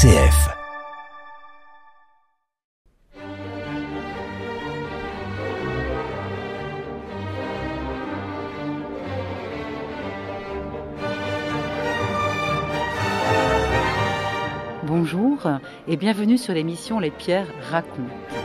RCF. Bonjour et bienvenue sur l'émission Les Pierres racontent.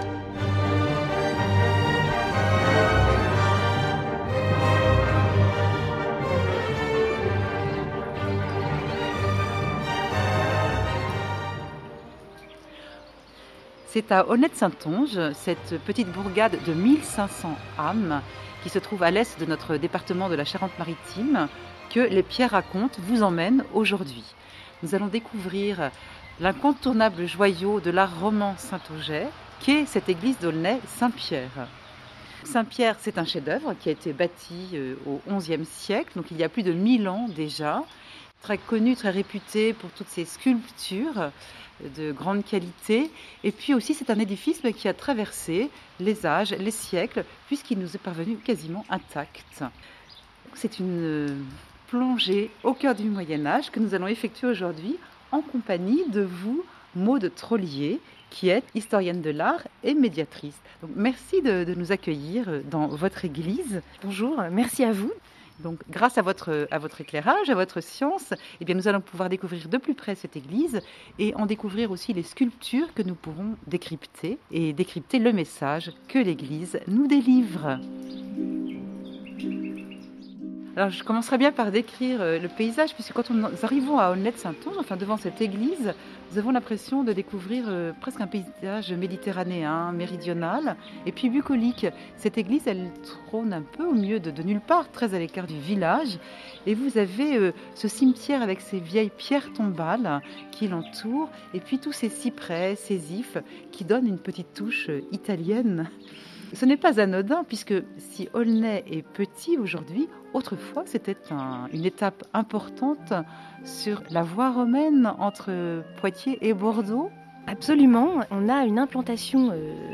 C'est à Aulnay-de-Saintonge, cette petite bourgade de 1500 âmes qui se trouve à l'est de notre département de la Charente-Maritime, que Les Pierres racontent vous emmène aujourd'hui. Nous allons découvrir l'incontournable joyau de l'art roman saintongeais qu'est cette église d'Aulnay-Saint-Pierre. Saint-Pierre, c'est un chef-d'œuvre qui a été bâti au XIe siècle, donc il y a plus de 1000 ans déjà. Très connu, très réputé pour toutes ses sculptures de grande qualité. Et puis aussi, c'est un édifice qui a traversé les âges, les siècles, puisqu'il nous est parvenu quasiment intact. C'est une plongée au cœur du Moyen-Âge que nous allons effectuer aujourd'hui en compagnie de vous, Maude Trollier, qui est historienne de l'art et médiatrice. Donc, merci de nous accueillir dans votre église. Bonjour, merci à vous. Donc, grâce à votre éclairage, à votre science, eh bien, nous allons pouvoir découvrir de plus près cette église et en découvrir aussi les sculptures que nous pourrons décrypter et décrypter le message que l'église nous délivre. Alors, je commencerai bien par décrire le paysage, puisque quand nous arrivons à Aulnay-de-Saintonge, enfin devant cette église, nous avons l'impression de découvrir presque un paysage méditerranéen, méridional, et puis bucolique. Cette église, elle trône un peu au milieu de nulle part, très à l'écart du village, et vous avez ce cimetière avec ces vieilles pierres tombales qui l'entourent, et puis tous ces cyprès, ces ifs, qui donnent une petite touche italienne. Ce n'est pas anodin, puisque si Aulnay est petit aujourd'hui, autrefois c'était une étape importante sur la voie romaine entre Poitiers et Bordeaux. Absolument, on a une implantation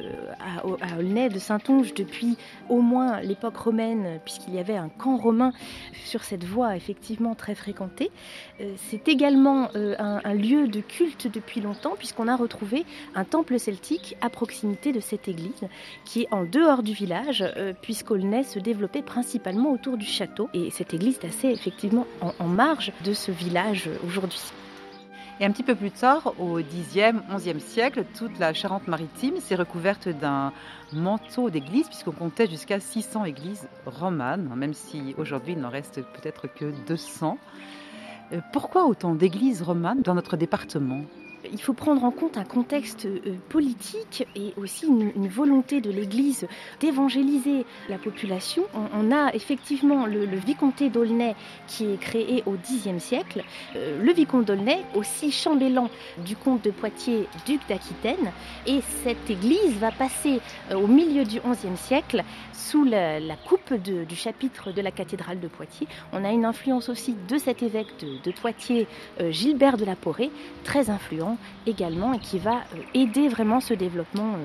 à Aulnay-de-Saintonge depuis au moins l'époque romaine, puisqu'il y avait un camp romain sur cette voie effectivement très fréquentée. C'est également un lieu de culte depuis longtemps, puisqu'on a retrouvé un temple celtique à proximité de cette église, qui est en dehors du village, puisqu'Aulnay se développait principalement autour du château. Et cette église est assez effectivement en marge de ce village aujourd'hui. Et un petit peu plus tard, au Xe, XIe siècle, toute la Charente-Maritime s'est recouverte d'un manteau d'églises, puisqu'on comptait jusqu'à 600 églises romanes, même si aujourd'hui il n'en reste peut-être que 200. Pourquoi autant d'églises romanes dans notre département ? Il faut prendre en compte un contexte politique et aussi une volonté de l'Église d'évangéliser la population. On a effectivement le vicomté d'Aulnay qui est créé au Xe siècle. Le vicomte d'Aulnay, aussi chambellan du comte de Poitiers, duc d'Aquitaine. Et cette église va passer au milieu du XIe siècle sous la coupe du chapitre de la cathédrale de Poitiers. On a une influence aussi de cet évêque de Poitiers, Gilbert de la Porée, très influent également, et qui va aider vraiment ce développement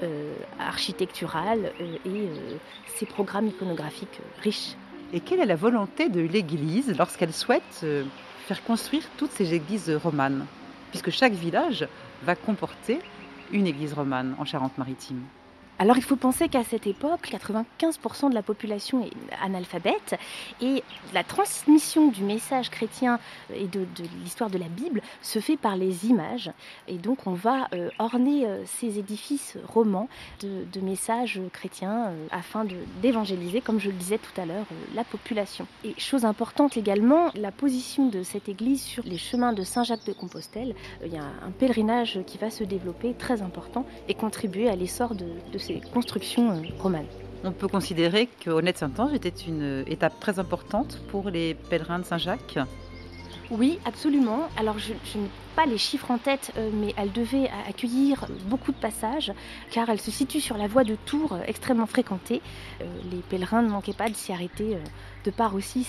architectural et ces programmes iconographiques riches. Et quelle est la volonté de l'Église lorsqu'elle souhaite faire construire toutes ces églises romanes ? Puisque chaque village va comporter une église romane en Charente-Maritime. Alors il faut penser qu'à cette époque, 95% de la population est analphabète et la transmission du message chrétien et de l'histoire de la Bible se fait par les images. Et donc on va orner ces édifices romans de messages chrétiens afin d'évangéliser, comme je le disais tout à l'heure, la population. Et chose importante également, la position de cette église sur les chemins de Saint-Jacques-de-Compostelle. Il y a un pèlerinage qui va se développer très important et contribuer à l'essor de ces constructions romanes. On peut considérer qu'Aulnay-de-Saintonge était une étape très importante pour les pèlerins de Saint-Jacques ? Oui, absolument. Alors je n'ai pas les chiffres en tête, mais elle devait accueillir beaucoup de passages, car elle se situe sur la voie de Tours, extrêmement fréquentée. Les pèlerins ne manquaient pas de s'y arrêter, de par aussi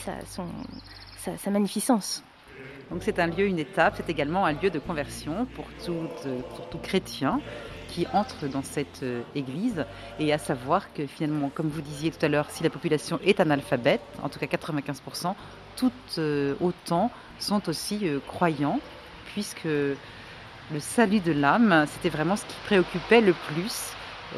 sa magnificence. Donc c'est un lieu, une étape, c'est également un lieu de conversion pour tout chrétien qui entre dans cette église, et à savoir que finalement, comme vous disiez tout à l'heure, si la population est analphabète, en tout cas 95%, tout autant sont aussi croyants, puisque le salut de l'âme, c'était vraiment ce qui préoccupait le plus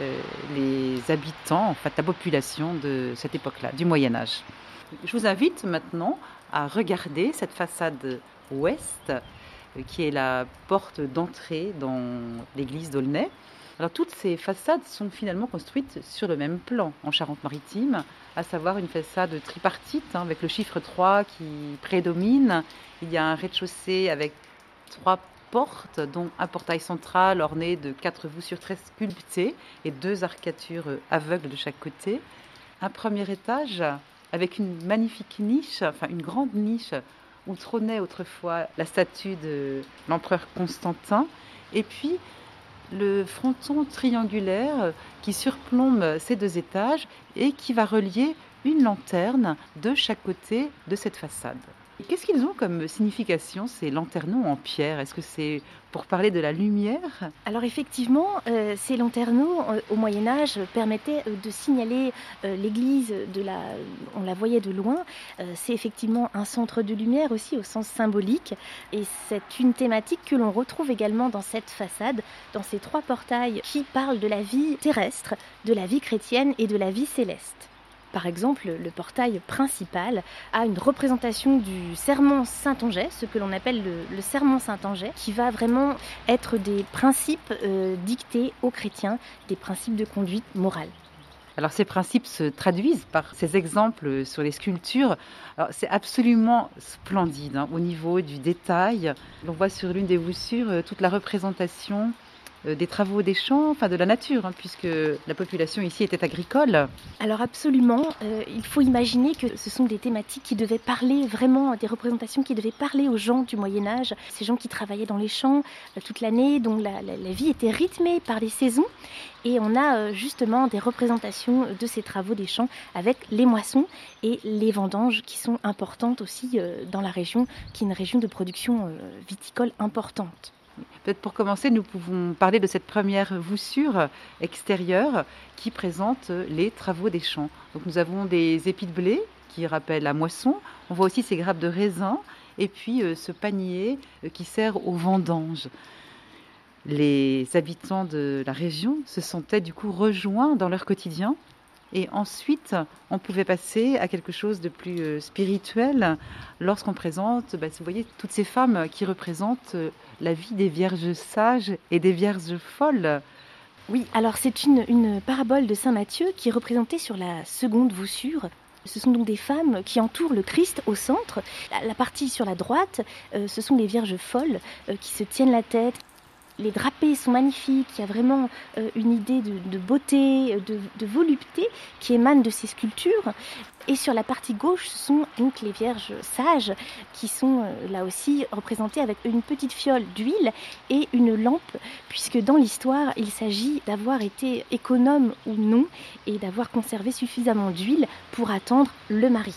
les habitants, en fait, la population de cette époque-là, du Moyen-Âge. Je vous invite maintenant à regarder cette façade ouest, qui est la porte d'entrée dans l'église d'Aulnay. Alors toutes ces façades sont finalement construites sur le même plan en Charente-Maritime, à savoir une façade tripartite avec le chiffre 3 qui prédomine. Il y a un rez-de-chaussée avec 3 portes, dont un portail central orné de 4 voussures très sculptées et 2 arcatures aveugles de chaque côté. Un premier étage avec une magnifique niche, enfin une grande niche où trônait autrefois la statue de l'empereur Constantin. Et puis le fronton triangulaire qui surplombe ces 2 étages et qui va relier une lanterne de chaque côté de cette façade. Qu'est-ce qu'ils ont comme signification, ces lanternaux en pierre? Est-ce que c'est pour parler de la lumière? Alors effectivement, ces lanternaux au Moyen-Âge permettaient de signaler l'église, on la voyait de loin. C'est effectivement un centre de lumière aussi au sens symbolique. Et c'est une thématique que l'on retrouve également dans cette façade, dans ces 3 portails qui parlent de la vie terrestre, de la vie chrétienne et de la vie céleste. Par exemple, le portail principal a une représentation du serment Saint-Onget, ce que l'on appelle le serment Saint-Onget, qui va vraiment être des principes dictés aux chrétiens, des principes de conduite morale. Alors ces principes se traduisent par ces exemples sur les sculptures. Alors, c'est absolument splendide au niveau du détail. On voit sur l'une des voussures toute la représentation des travaux des champs, enfin de la nature, puisque la population ici était agricole. Alors absolument, il faut imaginer que ce sont des thématiques qui devaient parler vraiment, des représentations qui devaient parler aux gens du Moyen-Âge, ces gens qui travaillaient dans les champs toute l'année, dont la vie était rythmée par les saisons. Et on a justement des représentations de ces travaux des champs avec les moissons et les vendanges qui sont importantes aussi dans la région, qui est une région de production viticole importante. Peut-être pour commencer, nous pouvons parler de cette première voussure extérieure qui présente les travaux des champs. Donc nous avons des épis de blé qui rappellent la moisson. On voit aussi ces grappes de raisin et puis ce panier qui sert aux vendanges. Les habitants de la région se sentaient du coup rejoints dans leur quotidien. Et ensuite, on pouvait passer à quelque chose de plus spirituel lorsqu'on présente, vous voyez, toutes ces femmes qui représentent la vie des vierges sages et des vierges folles. Oui, alors c'est une parabole de Saint Matthieu qui est représentée sur la seconde voussure. Ce sont donc des femmes qui entourent le Christ au centre. La partie sur la droite, ce sont les vierges folles qui se tiennent la tête. Les drapés sont magnifiques, il y a vraiment une idée de beauté, de volupté qui émane de ces sculptures. Et sur la partie gauche, ce sont donc les vierges sages qui sont là aussi représentées avec une petite fiole d'huile et une lampe, puisque dans l'histoire, il s'agit d'avoir été économe ou non et d'avoir conservé suffisamment d'huile pour attendre le mari.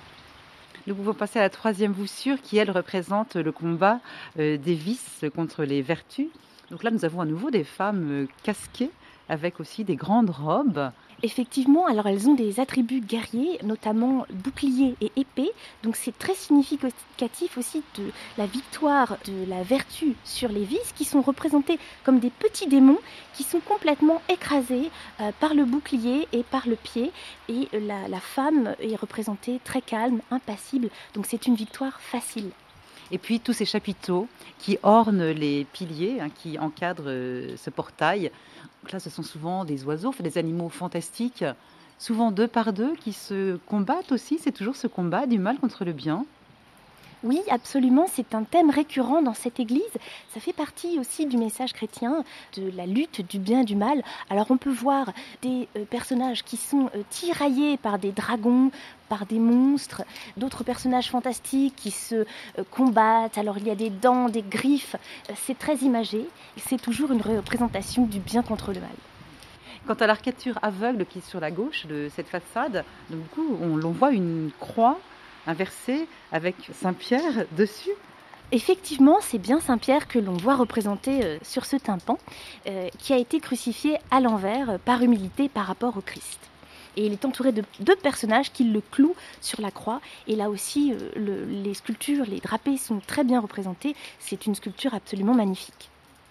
Nous pouvons passer à la troisième voussure qui, elle, représente le combat des vices contre les vertus. Donc là, nous avons à nouveau des femmes casquées avec aussi des grandes robes. Effectivement, alors elles ont des attributs guerriers, notamment bouclier et épée. Donc c'est très significatif aussi de la victoire de la vertu sur les vices qui sont représentés comme des petits démons qui sont complètement écrasés par le bouclier et par le pied. Et la femme est représentée très calme, impassible. Donc c'est une victoire facile. Et puis tous ces chapiteaux qui ornent les piliers, qui encadrent ce portail. Donc là, ce sont souvent des oiseaux, des animaux fantastiques, souvent 2 par 2, qui se combattent aussi. C'est toujours ce combat du mal contre le bien. Oui, absolument, c'est un thème récurrent dans cette église. Ça fait partie aussi du message chrétien, de la lutte du bien et du mal. Alors on peut voir des personnages qui sont tiraillés par des dragons, par des monstres, d'autres personnages fantastiques qui se combattent. Alors il y a des dents, des griffes, c'est très imagé. C'est toujours une représentation du bien contre le mal. Quant à l'arcature aveugle qui est sur la gauche de cette façade, donc, du coup, on voit une croix inversée avec Saint-Pierre dessus. Effectivement, c'est bien Saint-Pierre que l'on voit représenté sur ce tympan, qui a été crucifié à l'envers par humilité par rapport au Christ. Et il est entouré de 2 personnages qui le clouent sur la croix. Et là aussi, les sculptures, les drapés sont très bien représentés. C'est une sculpture absolument magnifique.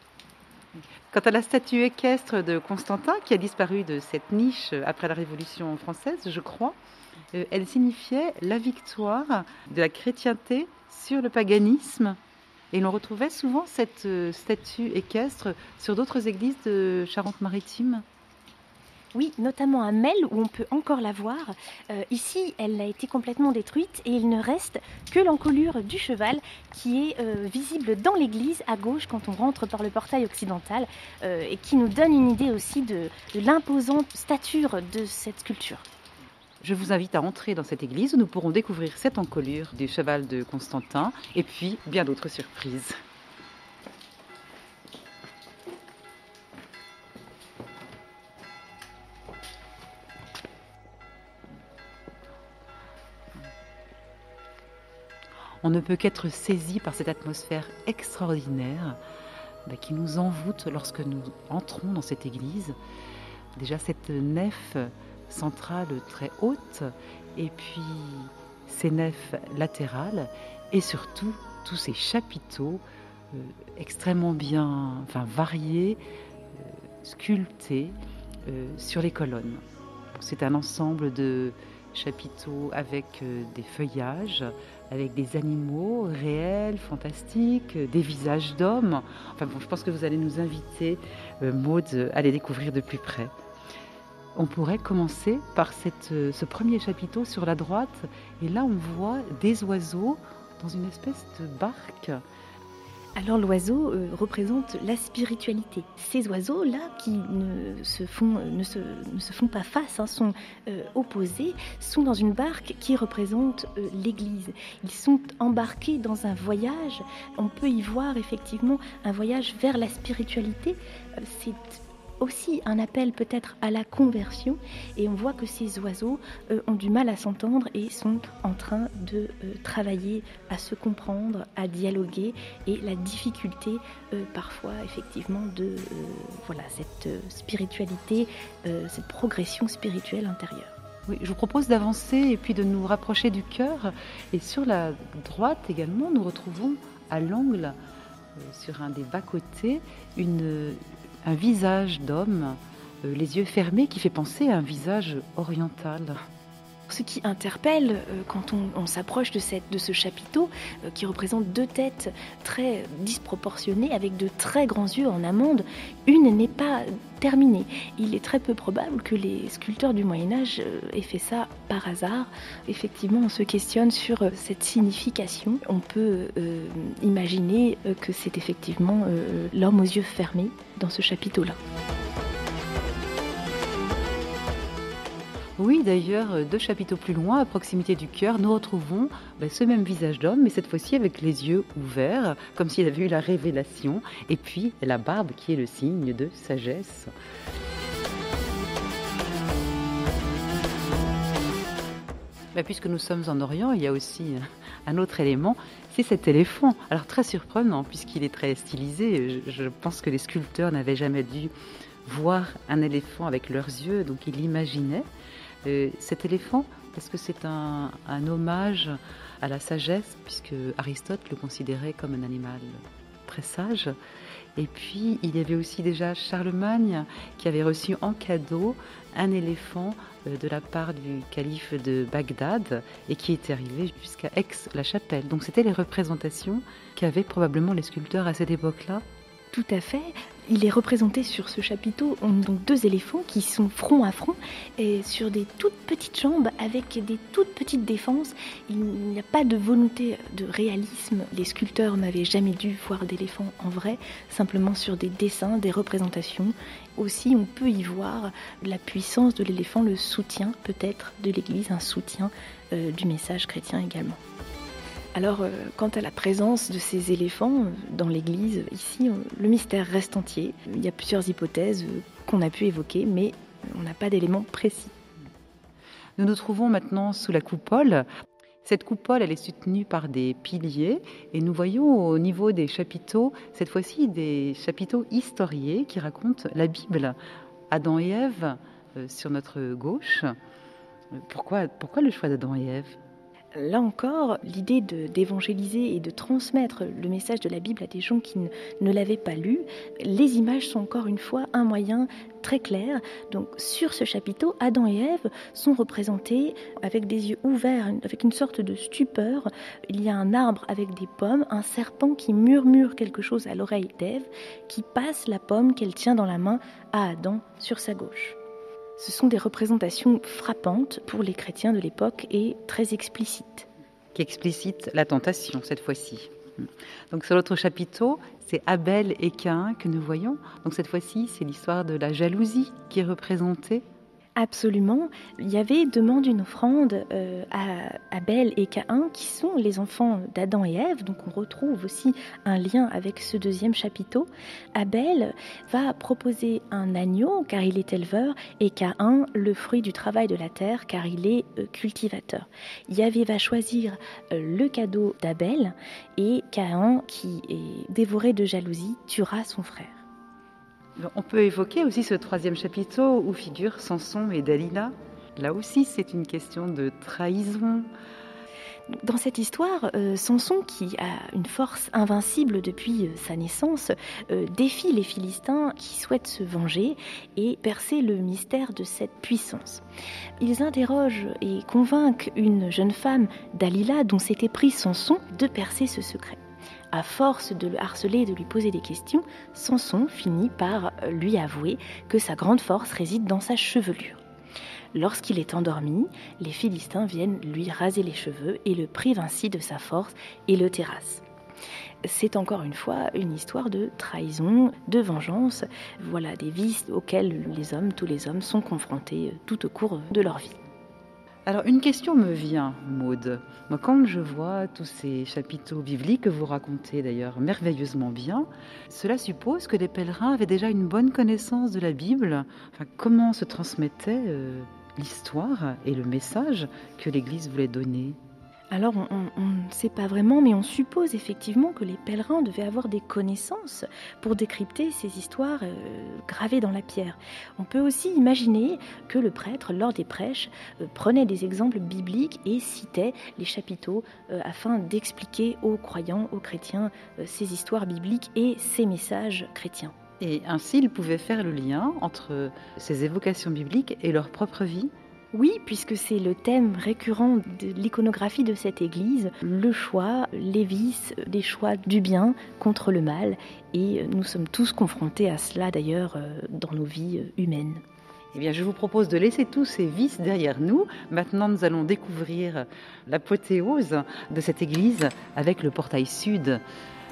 Quant à la statue équestre de Constantin, qui a disparu de cette niche après la Révolution française, je crois, elle signifiait la victoire de la chrétienté sur le paganisme. Et l'on retrouvait souvent cette statue équestre sur d'autres églises de Charente-Maritime. Oui, notamment à Melle, où on peut encore la voir. Ici, elle a été complètement détruite et il ne reste que l'encolure du cheval qui est visible dans l'église à gauche quand on rentre par le portail occidental et qui nous donne une idée aussi de l'imposante stature de cette sculpture. Je vous invite à entrer dans cette église où nous pourrons découvrir cette encolure du cheval de Constantin et puis bien d'autres surprises. On ne peut qu'être saisi par cette atmosphère extraordinaire qui nous envoûte lorsque nous entrons dans cette église. Déjà cette nef centrale très haute et puis ces nefs latérales et surtout tous ces chapiteaux extrêmement bien variés, sculptés sur les colonnes. C'est un ensemble de chapiteaux avec des feuillages, avec des animaux réels, fantastiques, des visages d'hommes. Je pense que vous allez nous inviter, Maud, à les découvrir de plus près. On pourrait commencer par ce premier chapiteau sur la droite. Et là, on voit des oiseaux dans une espèce de barque. Alors l'oiseau représente la spiritualité. Ces oiseaux-là qui ne se font pas face, sont opposés, sont dans une barque qui représente l'Église. Ils sont embarqués dans un voyage. On peut y voir effectivement un voyage vers la spiritualité. C'est aussi un appel peut-être à la conversion et on voit que ces oiseaux ont du mal à s'entendre et sont en train de travailler à se comprendre, à dialoguer et la difficulté parfois effectivement de cette spiritualité, cette progression spirituelle intérieure. Oui, je vous propose d'avancer et puis de nous rapprocher du chœur et sur la droite également nous retrouvons à l'angle sur un des bas-côtés un visage d'homme, les yeux fermés, qui fait penser à un visage oriental. Ce qui interpelle quand on s'approche de ce chapiteau qui représente deux têtes très disproportionnées avec de très grands yeux en amande, une n'est pas terminée. Il est très peu probable que les sculpteurs du Moyen-Âge aient fait ça par hasard. Effectivement, on se questionne sur cette signification. On peut imaginer que c'est effectivement l'homme aux yeux fermés dans ce chapiteau-là. Oui, d'ailleurs, 2 chapiteaux plus loin, à proximité du chœur, nous retrouvons ce même visage d'homme, mais cette fois-ci avec les yeux ouverts, comme s'il avait eu la révélation, et puis la barbe qui est le signe de sagesse. Puisque nous sommes en Orient, il y a aussi un autre élément, c'est cet éléphant. Alors très surprenant, puisqu'il est très stylisé, je pense que les sculpteurs n'avaient jamais dû voir un éléphant avec leurs yeux, donc ils l'imaginaient. Cet éléphant, est-ce que c'est un hommage à la sagesse, puisque Aristote le considérait comme un animal très sage. Et puis, il y avait aussi déjà Charlemagne qui avait reçu en cadeau un éléphant de la part du calife de Bagdad et qui était arrivé jusqu'à Aix-la-Chapelle. Donc, c'était les représentations qu'avaient probablement les sculpteurs à cette époque-là. Tout à fait. Il est représenté sur ce chapiteau, donc 2 éléphants qui sont front à front et sur des toutes petites jambes avec des toutes petites défenses. Il n'y a pas de volonté de réalisme. Les sculpteurs n'avaient jamais dû voir d'éléphants en vrai, simplement sur des dessins, des représentations. Aussi, on peut y voir la puissance de l'éléphant, le soutien peut-être de l'Église, un soutien du message chrétien également. Alors, quant à la présence de ces éléphants dans l'église, ici, le mystère reste entier. Il y a plusieurs hypothèses qu'on a pu évoquer, mais on n'a pas d'éléments précis. Nous nous trouvons maintenant sous la coupole. Cette coupole, elle est soutenue par des piliers et nous voyons au niveau des chapiteaux, cette fois-ci des chapiteaux historiés qui racontent la Bible. Adam et Ève sur notre gauche. Pourquoi le choix d'Adam et Ève ? Là encore, l'idée d'évangéliser et de transmettre le message de la Bible à des gens qui ne l'avaient pas lu, les images sont encore une fois un moyen très clair. Donc sur ce chapiteau, Adam et Ève sont représentés avec des yeux ouverts, avec une sorte de stupeur. Il y a un arbre avec des pommes, un serpent qui murmure quelque chose à l'oreille d'Ève, qui passe la pomme qu'elle tient dans la main à Adam sur sa gauche. Ce sont des représentations frappantes pour les chrétiens de l'époque et très explicites. Qui explicite la tentation cette fois-ci. Donc sur l'autre chapiteau, c'est Abel et Caïn que nous voyons. Donc cette fois-ci, c'est l'histoire de la jalousie qui est représentée. Absolument. Yahvé demande une offrande à Abel et Caïn, qui sont les enfants d'Adam et Ève. Donc on retrouve aussi un lien avec ce deuxième chapiteau. Abel va proposer un agneau, car il est éleveur, et Caïn, le fruit du travail de la terre, car il est cultivateur. Yahvé va choisir le cadeau d'Abel, et Caïn, qui est dévoré de jalousie, tuera son frère. On peut évoquer aussi ce troisième chapiteau où figurent Samson et Dalila. Là aussi, c'est une question de trahison. Dans cette histoire, Samson, qui a une force invincible depuis sa naissance, défie les Philistins qui souhaitent se venger et percer le mystère de cette puissance. Ils interrogent et convainquent une jeune femme, Dalila, dont s'était pris Samson, de percer ce secret. À force de le harceler et de lui poser des questions, Samson finit par lui avouer que sa grande force réside dans sa chevelure. Lorsqu'il est endormi, les Philistins viennent lui raser les cheveux et le privent ainsi de sa force et le terrassent. C'est encore une fois une histoire de trahison, de vengeance, voilà des vices auxquels tous les hommes sont confrontés tout au cours de leur vie. Alors une question me vient, Maude. Moi, quand je vois tous ces chapiteaux bibliques que vous racontez d'ailleurs merveilleusement bien, cela suppose que les pèlerins avaient déjà une bonne connaissance de la Bible. Enfin, comment se transmettait l'histoire et le message que l'Église voulait donner ? Alors on ne sait pas vraiment, mais on suppose effectivement que les pèlerins devaient avoir des connaissances pour décrypter ces histoires gravées dans la pierre. On peut aussi imaginer que le prêtre, lors des prêches, prenait des exemples bibliques et citait les chapiteaux afin d'expliquer aux croyants, aux chrétiens, ces histoires bibliques et ces messages chrétiens. Et ainsi, ils pouvaient faire le lien entre ces évocations bibliques et leur propre vie. Oui, puisque c'est le thème récurrent de l'iconographie de cette église, le choix, les vices, les choix du bien contre le mal. Et nous sommes tous confrontés à cela d'ailleurs dans nos vies humaines. Eh bien, je vous propose de laisser tous ces vices derrière nous. Maintenant, nous allons découvrir l'apothéose de cette église avec le portail sud.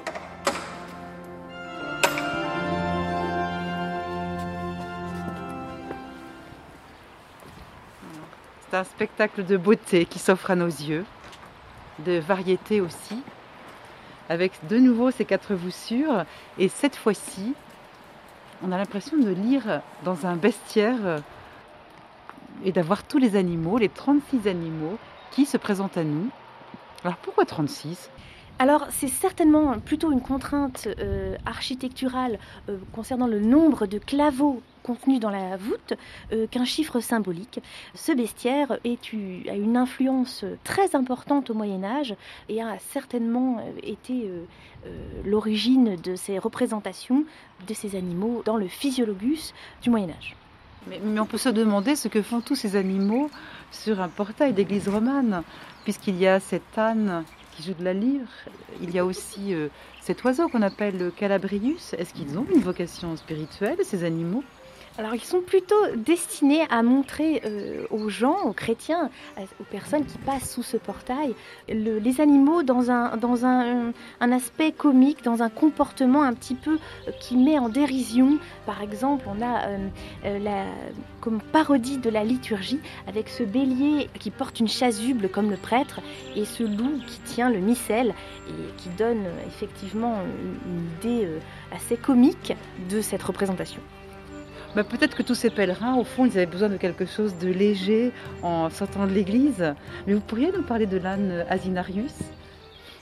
C'est un spectacle de beauté qui s'offre à nos yeux, de variété aussi, avec de nouveau ces 4 voussures. Et cette fois-ci, on a l'impression de lire dans un bestiaire et d'avoir tous les animaux, les 36 animaux qui se présentent à nous. Alors pourquoi 36 ? Alors, c'est certainement plutôt une contrainte architecturale concernant le nombre de claveaux contenus dans la voûte qu'un chiffre symbolique. Ce bestiaire a une influence très importante au Moyen-Âge et a certainement été l'origine de ces représentations de ces animaux dans le physiologus du Moyen-Âge. Mais on peut se demander ce que font tous ces animaux sur un portail d'église romane, puisqu'il y a cet âne qui joue de la lyre. Il y a aussi cet oiseau qu'on appelle le calabrius. Est-ce qu'ils ont une vocation spirituelle, ces animaux ? Alors ils sont plutôt destinés à montrer aux gens, aux chrétiens, aux personnes qui passent sous ce portail, les animaux dans un aspect comique, dans un comportement un petit peu qui met en dérision. Par exemple, on a comme parodie de la liturgie avec ce bélier qui porte une chasuble comme le prêtre et ce loup qui tient le missel et qui donne effectivement une idée assez comique de cette représentation. Bah, peut-être que tous ces pèlerins, au fond, ils avaient besoin de quelque chose de léger en sortant de l'église. Mais vous pourriez nous parler de l'âne Asinarius ?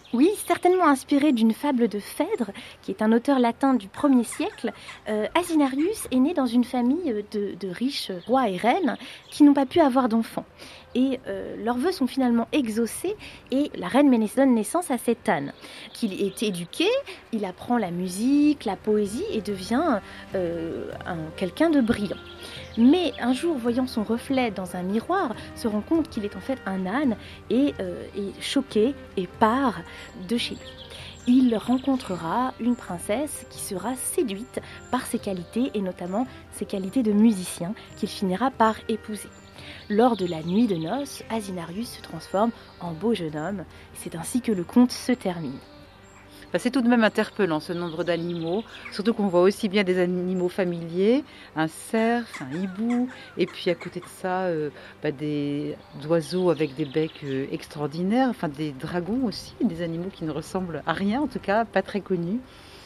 Oui, certainement inspiré d'une fable de Phèdre, qui est un auteur latin du 1er siècle. Asinarius est né dans une famille de riches rois et reines qui n'ont pas pu avoir d'enfants. Et leurs vœux sont finalement exaucés et la reine Ménès donne naissance à cet âne. Qu'il est éduqué, il apprend la musique, la poésie et devient quelqu'un de brillant. Mais un jour, voyant son reflet dans un miroir, se rend compte qu'il est en fait un âne et est choqué et part de chez lui. Il rencontrera une princesse qui sera séduite par ses qualités et notamment ses qualités de musicien qu'il finira par épouser. Lors de la nuit de noces, Asinarius se transforme en beau jeune homme. C'est ainsi que le conte se termine. C'est tout de même interpellant ce nombre d'animaux, surtout qu'on voit aussi bien des animaux familiers, un cerf, un hibou, et puis à côté de ça, des oiseaux avec des becs extraordinaires, enfin des dragons aussi, des animaux qui ne ressemblent à rien, en tout cas pas très connus.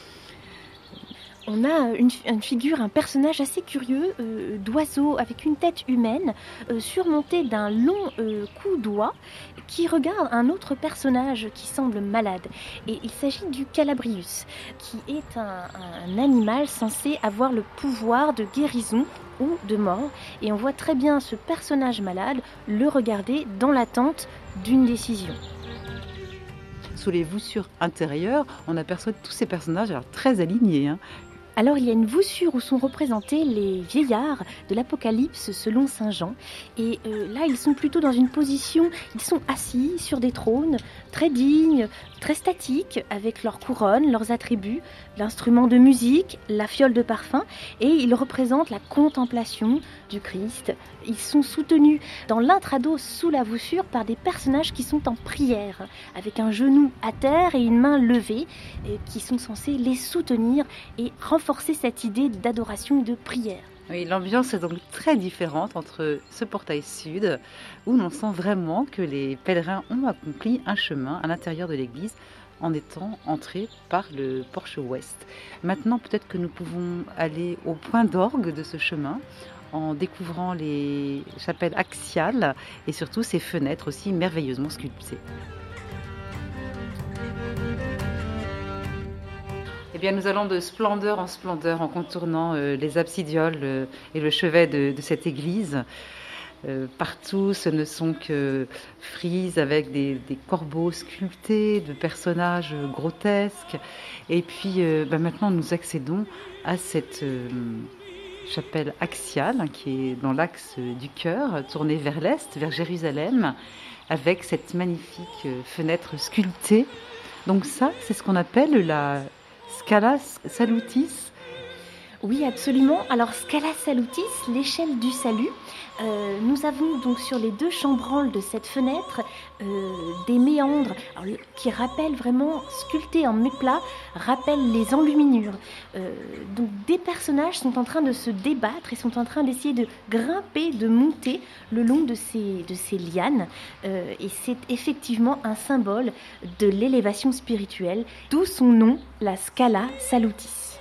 On a une figure, un personnage assez curieux d'oiseau avec une tête humaine surmontée d'un long cou d'oie qui regarde un autre personnage qui semble malade. Et il s'agit du Calabrius, qui est un animal censé avoir le pouvoir de guérison ou de mort. Et on voit très bien ce personnage malade le regarder dans l'attente d'une décision. Sous les voussures intérieures, on aperçoit tous ces personnages très alignés. Alors il y a une voussure où sont représentés les vieillards de l'Apocalypse selon saint Jean. Et là, ils sont plutôt dans une position, ils sont assis sur des trônes, très dignes, très statiques, avec leurs couronnes, leurs attributs, l'instrument de musique, la fiole de parfum. Et ils représentent la contemplation du Christ. Ils sont soutenus dans l'intrados sous la voussure par des personnages qui sont en prière, avec un genou à terre et une main levée, et qui sont censés les soutenir et renforcer cette idée d'adoration et de prière. Oui, l'ambiance est donc très différente entre ce portail sud, où l'on sent vraiment que les pèlerins ont accompli un chemin à l'intérieur de l'église en étant entrés par le porche ouest. Maintenant, peut-être que nous pouvons aller au point d'orgue de ce chemin, en découvrant les chapelles axiales et surtout ces fenêtres aussi merveilleusement sculptées. Eh bien, nous allons de splendeur en splendeur en contournant les absidioles et le chevet de cette église. Partout, ce ne sont que frises avec des corbeaux sculptés, de personnages grotesques. Et puis, maintenant, nous accédons à cette chapelle axiale qui est dans l'axe du cœur, tournée vers l'est, vers Jérusalem, avec cette magnifique fenêtre sculptée. Donc ça, c'est ce qu'on appelle la Scala Salutis. Oui, absolument. Alors, Scala Salutis, l'échelle du salut. Nous avons donc sur les deux chambranles de cette fenêtre des méandres qui rappellent vraiment, sculptés en méplat, rappellent les enluminures. Donc des personnages sont en train de se débattre et sont en train d'essayer de grimper, de monter le long de ces lianes. Et c'est effectivement un symbole de l'élévation spirituelle, d'où son nom, la Scala Salutis.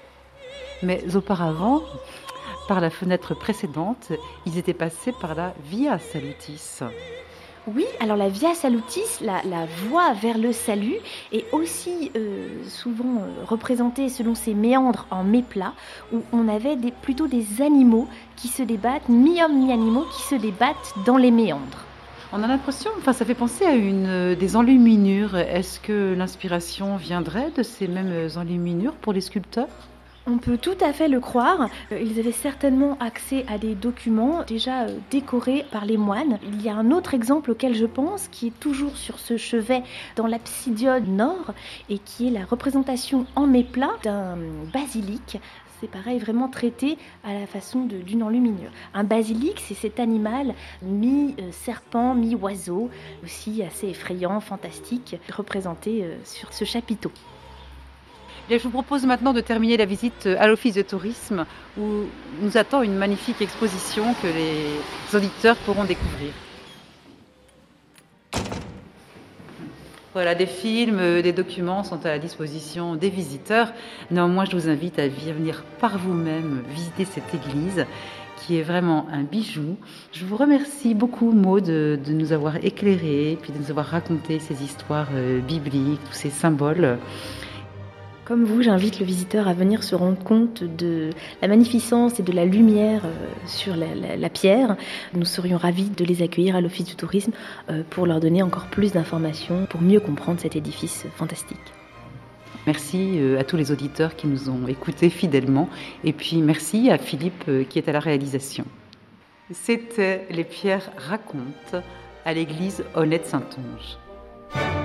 Mais auparavant, par la fenêtre précédente, ils étaient passés par la Via Salutis. Oui, alors la Via Salutis, la voie vers le salut, est aussi souvent représentée selon ces méandres en méplat, où on avait plutôt des animaux qui se débattent, mi-hommes, mi-animaux, qui se débattent dans les méandres. On a l'impression, ça fait penser à des enluminures. Est-ce que l'inspiration viendrait de ces mêmes enluminures pour les sculpteurs ? On peut tout à fait le croire. Ils avaient certainement accès à des documents déjà décorés par les moines. Il y a un autre exemple auquel je pense, qui est toujours sur ce chevet dans l'absidiole nord, et qui est la représentation en méplat d'un basilic. C'est pareil, vraiment traité à la façon d'une enluminure. Un basilic, c'est cet animal mi-serpent, mi-oiseau, aussi assez effrayant, fantastique, représenté sur ce chapiteau. Bien, je vous propose maintenant de terminer la visite à l'Office de tourisme où nous attend une magnifique exposition que les auditeurs pourront découvrir. Voilà, des films, des documents sont à la disposition des visiteurs. Néanmoins, je vous invite à venir par vous-même visiter cette église qui est vraiment un bijou. Je vous remercie beaucoup, Maud, de nous avoir éclairés, puis de nous avoir raconté ces histoires bibliques, tous ces symboles. Comme vous, j'invite le visiteur à venir se rendre compte de la magnificence et de la lumière sur la pierre. Nous serions ravis de les accueillir à l'Office du tourisme pour leur donner encore plus d'informations, pour mieux comprendre cet édifice fantastique. Merci à tous les auditeurs qui nous ont écoutés fidèlement. Et puis merci à Philippe qui est à la réalisation. C'était Les Pierres racontent à l'église Honnête Saint-Onge.